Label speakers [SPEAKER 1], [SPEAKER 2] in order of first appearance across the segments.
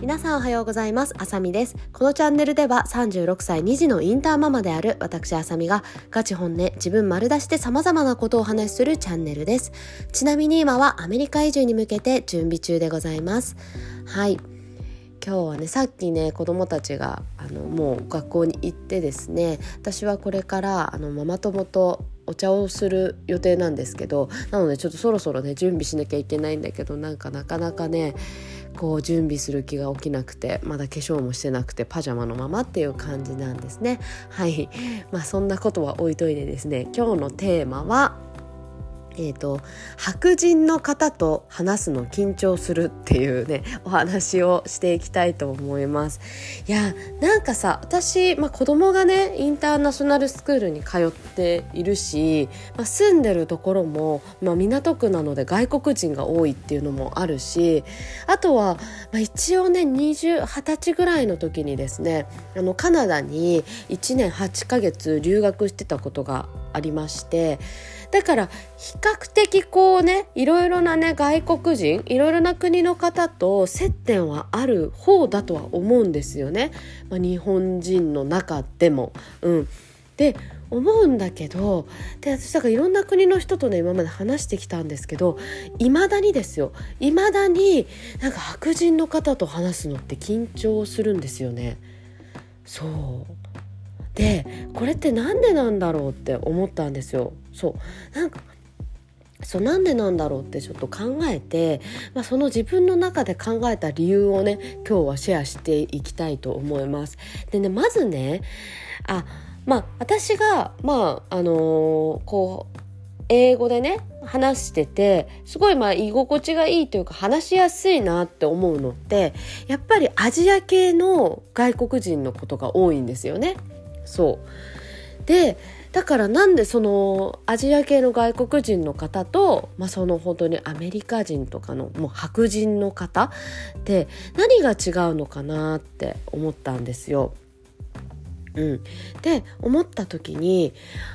[SPEAKER 1] 皆さんおはようございます。あさみです。このチャンネルでは36歳2児のインターママである私あさみがガチ本音、自分丸出しで様々なことをお話しするチャンネルです。ちなみに今はアメリカ移住に向けて準備中でございます。はい。今日はね、さっきね子供たちがもう学校に行ってですね、私はこれからママ友とお茶をする予定なんですけど、なのでちょっとそろそろね準備しなきゃいけないんだけど、なかなかねこう準備する気が起きなくて、まだ化粧もしてなくてパジャマのままっていう感じなんですね。はい。そんなことは置いといてですね、今日のテーマは白人の方と話すの緊張するっていうねお話をしていきたいと思います。いやなんかさ、私、子供がねインターナショナルスクールに通っているし、住んでるところも、港区なので外国人が多いっていうのもあるし、あとは、一応ね20歳ぐらいの時にですねカナダに1年8ヶ月留学してたことがありまして、だから比較的こうねいろいろなね外国人、いろいろな国の方と接点はある方だとは思うんですよね。日本人の中でも、で思うんだけど、で私だからいろんな国の人とね今まで話してきたんですけど、いまだになんか白人の方と話すのって緊張するんですよね。そうで、これってなんでなんだろうって思ったんですよ。なんでなんだろうってちょっと考えて、その自分の中で考えた理由をね今日はシェアしていきたいと思います。でね、まずね私がこう英語でね話しててすごい居心地がいいというか話しやすいなって思うのって、やっぱりアジア系の外国人のことが多いんですよね。そうで、だからなんでそのアジア系の外国人の方と、その本当にアメリカ人とかのもう白人の方って何が違うのかなって思ったんですよ。で思った時に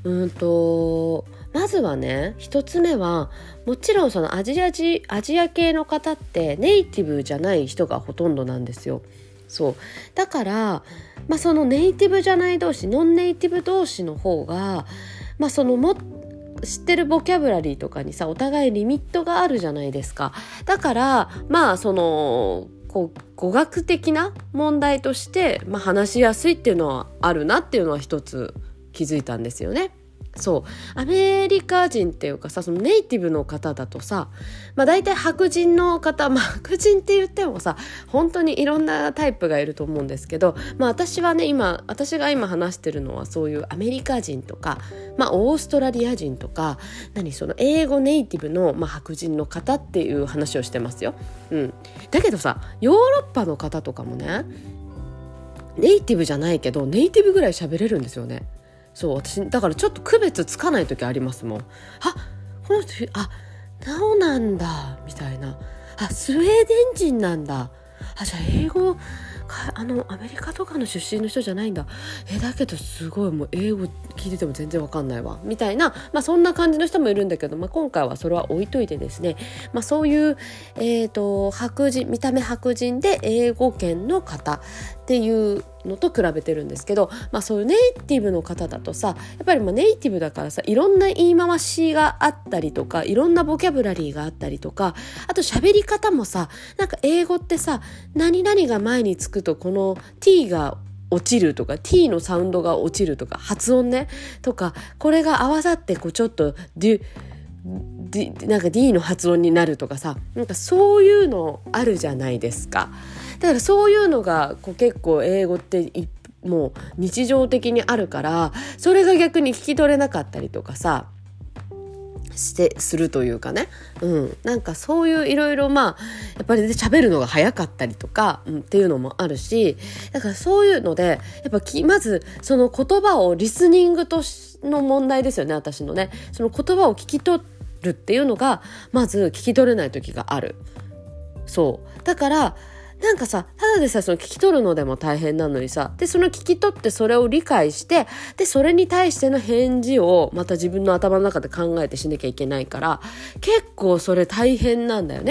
[SPEAKER 1] まずはね、一つ目はもちろんそのアジア系の方ってネイティブじゃない人がほとんどなんですよ。そうだからそのネイティブじゃない同士、ノンネイティブ同士の方がその知ってるボキャブラリーとかにさお互いリミットがあるじゃないですか。だからその語学的な問題として、話しやすいっていうのはあるなっていうのは一つ気づいたんですよね。アメリカ人っていうかさ、そのネイティブの方だとさ、大体白人の方、白人って言ってもさ本当にいろんなタイプがいると思うんですけど、私が今話してるのはそういうアメリカ人とか、オーストラリア人とかその英語ネイティブの、白人の方っていう話をしてますよ。だけどさ、ヨーロッパの方とかもねネイティブじゃないけどネイティブぐらい喋れるんですよね。私だからちょっと区別つかない時ありますもん。この人そうなんだみたいな、スウェーデン人なんだ、じゃあ英語アメリカとかの出身の人じゃないんだ、だけどすごいもう英語聞いてても全然わかんないわみたいな、そんな感じの人もいるんだけど、今回はそれは置いといてですね、そういう、白人、見た目白人で英語圏の方っていうのと比べてるんですけど、そういうネイティブの方だとさ、やっぱりネイティブだからさいろんな言い回しがあったりとか、いろんなボキャブラリーがあったりとか、あと喋り方もさ、なんか英語ってさ何々が前につくとこの t が落ちるとか t のサウンドが落ちるとか、発音ねとか、これが合わさってちょっとなんか D の発音になるとかさ、なんかそういうのあるじゃないですか。だからそういうのが結構英語ってもう日常的にあるから、それが逆に聞き取れなかったりとかさするというかね、なんかそういういろいろやっぱり喋るのが早かったりとか、っていうのもあるし、だからそういうのでやっぱまずその言葉をリスニングの問題ですよね。私のねその言葉を聞き取るっていうのがまず聞き取れない時がある。だからなんかさ、ただでさその聞き取るのでも大変なのにさ、でその聞き取ってそれを理解して、でそれに対しての返事をまた自分の頭の中で考えてしなきゃいけないから、結構それ大変なんだよね。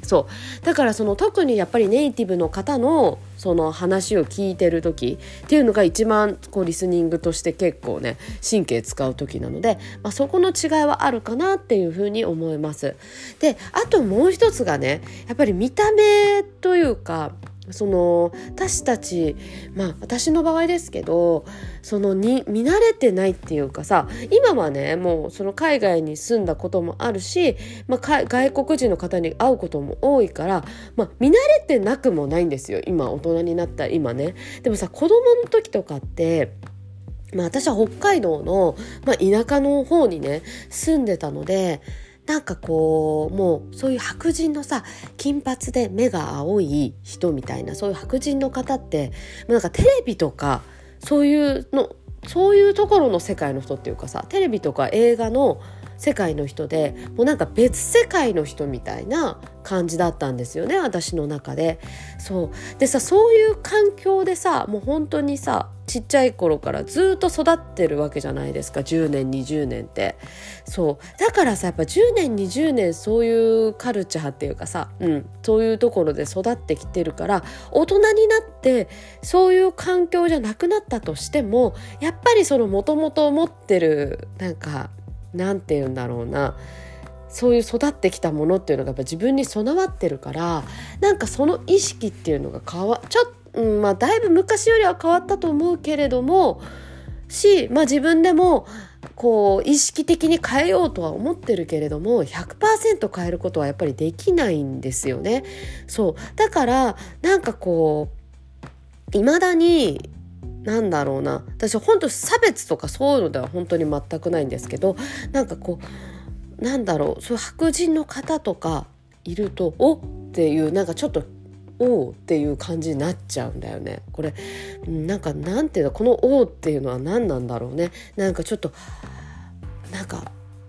[SPEAKER 1] そうだからその特にやっぱりネイティブの方のその話を聞いてる時っていうのが一番こうリスニングとして結構ね神経使う時なので、そこの違いはあるかなっていうふうに思います。であともう一つがねやっぱり見た目というかその私たち私の場合ですけどその見慣れてないっていうかさ、今はねもうその海外に住んだこともあるし、外国人の方に会うことも多いから、見慣れてなくもないんですよ。今大人になった今ね。でもさ子供の時とかって私は北海道の、田舎の方にね住んでたので、なんかこうもうそういう白人のさ金髪で目が青い人みたいなそういう白人の方ってなんかテレビとかそういうところの世界の人っていうかさ、テレビとか映画の世界の人でもうなんか別世界の人みたいな感じだったんですよね、私の中で。そうでさ、そういう環境でさもう本当にさちっちゃい頃からずっと育ってるわけじゃないですか、10年20年って。そうだからさやっぱ10年20年そういうカルチャーっていうかさ、そういうところで育ってきてるから、大人になってそういう環境じゃなくなったとしてもやっぱりその元々持ってるなんて言うんだろうな、そういう育ってきたものっていうのがやっぱ自分に備わってるから、なんかその意識っていうのがだいぶ昔よりは変わったと思うけれども自分でもこう意識的に変えようとは思ってるけれども 100% 変えることはやっぱりできないんですよね。そうだからなんかこう未だに私本当差別とかそういうのでは本当に全くないんですけど、なんかこうそういう白人の方とかいるとおっていうなんかちょっとおっていう感じになっちゃうんだよね。これなんていうの、このおっていうのは何なんだろうね。なんかちょっとなんか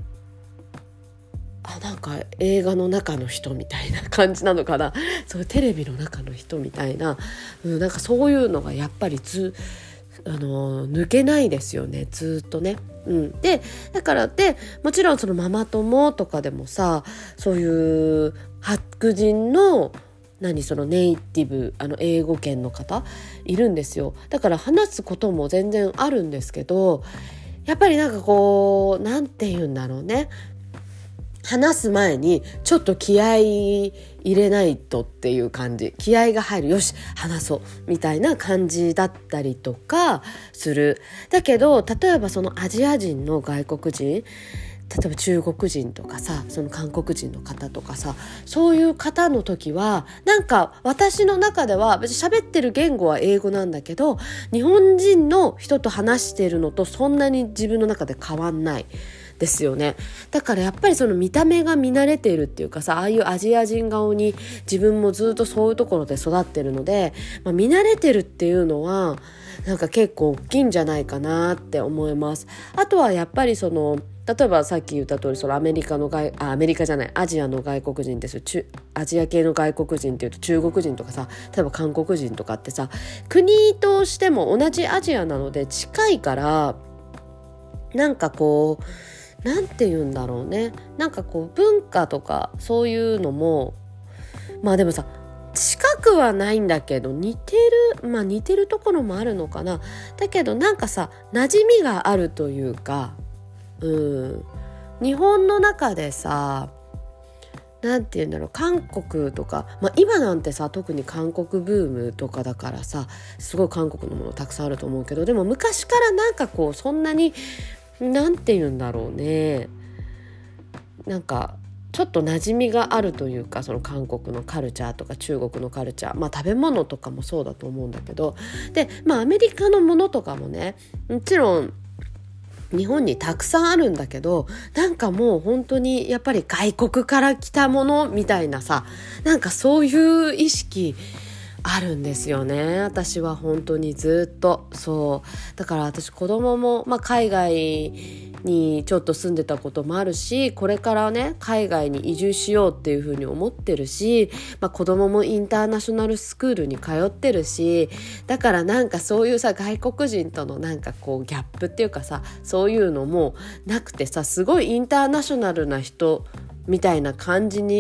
[SPEAKER 1] 映画の中の人みたいな感じなのかな、そうテレビの中の人みたいな、なんかそういうのがやっぱり抜けないですよね、ずっとね。でだからもちろんそのママ友とかでもさそういう白人のそのネイティブ英語圏の方いるんですよ。だから話すことも全然あるんですけど、やっぱりなんかこうなんて言うんだろうね、話す前にちょっと気合い入れないとっていう感じ、気合が入る、よし話そうみたいな感じだったりとかする。だけど例えばそのアジア人の外国人、例えば中国人とかさその韓国人の方とかさ、そういう方の時はなんか私の中では別に喋ってる言語は英語なんだけど、日本人の人と話してるのとそんなに自分の中で変わんないですよね。だからやっぱりその見た目が見慣れているっていうかさ、ああいうアジア人顔に自分もずっとそういうところで育ってるので、見慣れてるっていうのはなんか結構大きいんじゃないかなって思います。あとはやっぱりその例えばさっき言った通りそのアジアの外国人ですよ。アジア系の外国人っていうと中国人とかさ、例えば韓国人とかってさ、国としても同じアジアなので近いから、なんかこうなんて言うんだろうね、なんかこう文化とかそういうのもでもさ近くはないんだけど似てるところもあるのかな。だけどなんかさ馴染みがあるというか、日本の中でさなんて言うんだろう、韓国とか、今なんてさ特に韓国ブームとかだからさすごい韓国のものたくさんあると思うけど、でも昔からなんかこうそんなになんて言うんだろうね、なんかちょっと馴染みがあるというか、その韓国のカルチャーとか中国のカルチャー、食べ物とかもそうだと思うんだけど、でアメリカのものとかもねもちろん日本にたくさんあるんだけど、なんかもう本当にやっぱり外国から来たものみたいなさ、なんかそういう意識あるんですよね。私は本当にずっとそうだから、私子供も、海外にちょっと住んでたこともあるし、これからね海外に移住しようっていうふうに思ってるし、子供もインターナショナルスクールに通ってるし、だからなんかそういうさ外国人とのなんかこうギャップっていうかさ、そういうのもなくてさ、すごいインターナショナルな人みたいな感じに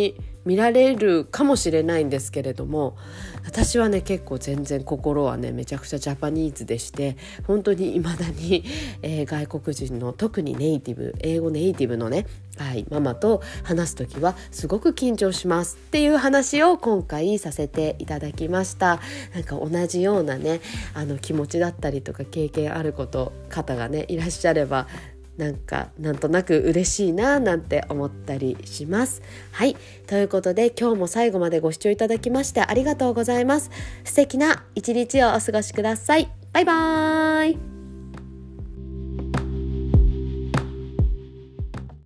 [SPEAKER 1] 見られるかもしれないんですけれども、私はね結構全然心はねめちゃくちゃジャパニーズでして、本当に未だに、外国人の特に英語ネイティブのね、ママと話すときはすごく緊張しますっていう話を今回させていただきました。なんか同じようなね気持ちだったりとか経験ある方がねいらっしゃれば、なんとなく嬉しいななんて思ったりします。はい、ということで今日も最後までご視聴いただきましてありがとうございます。素敵な一日をお過ごしください。バイバーイ。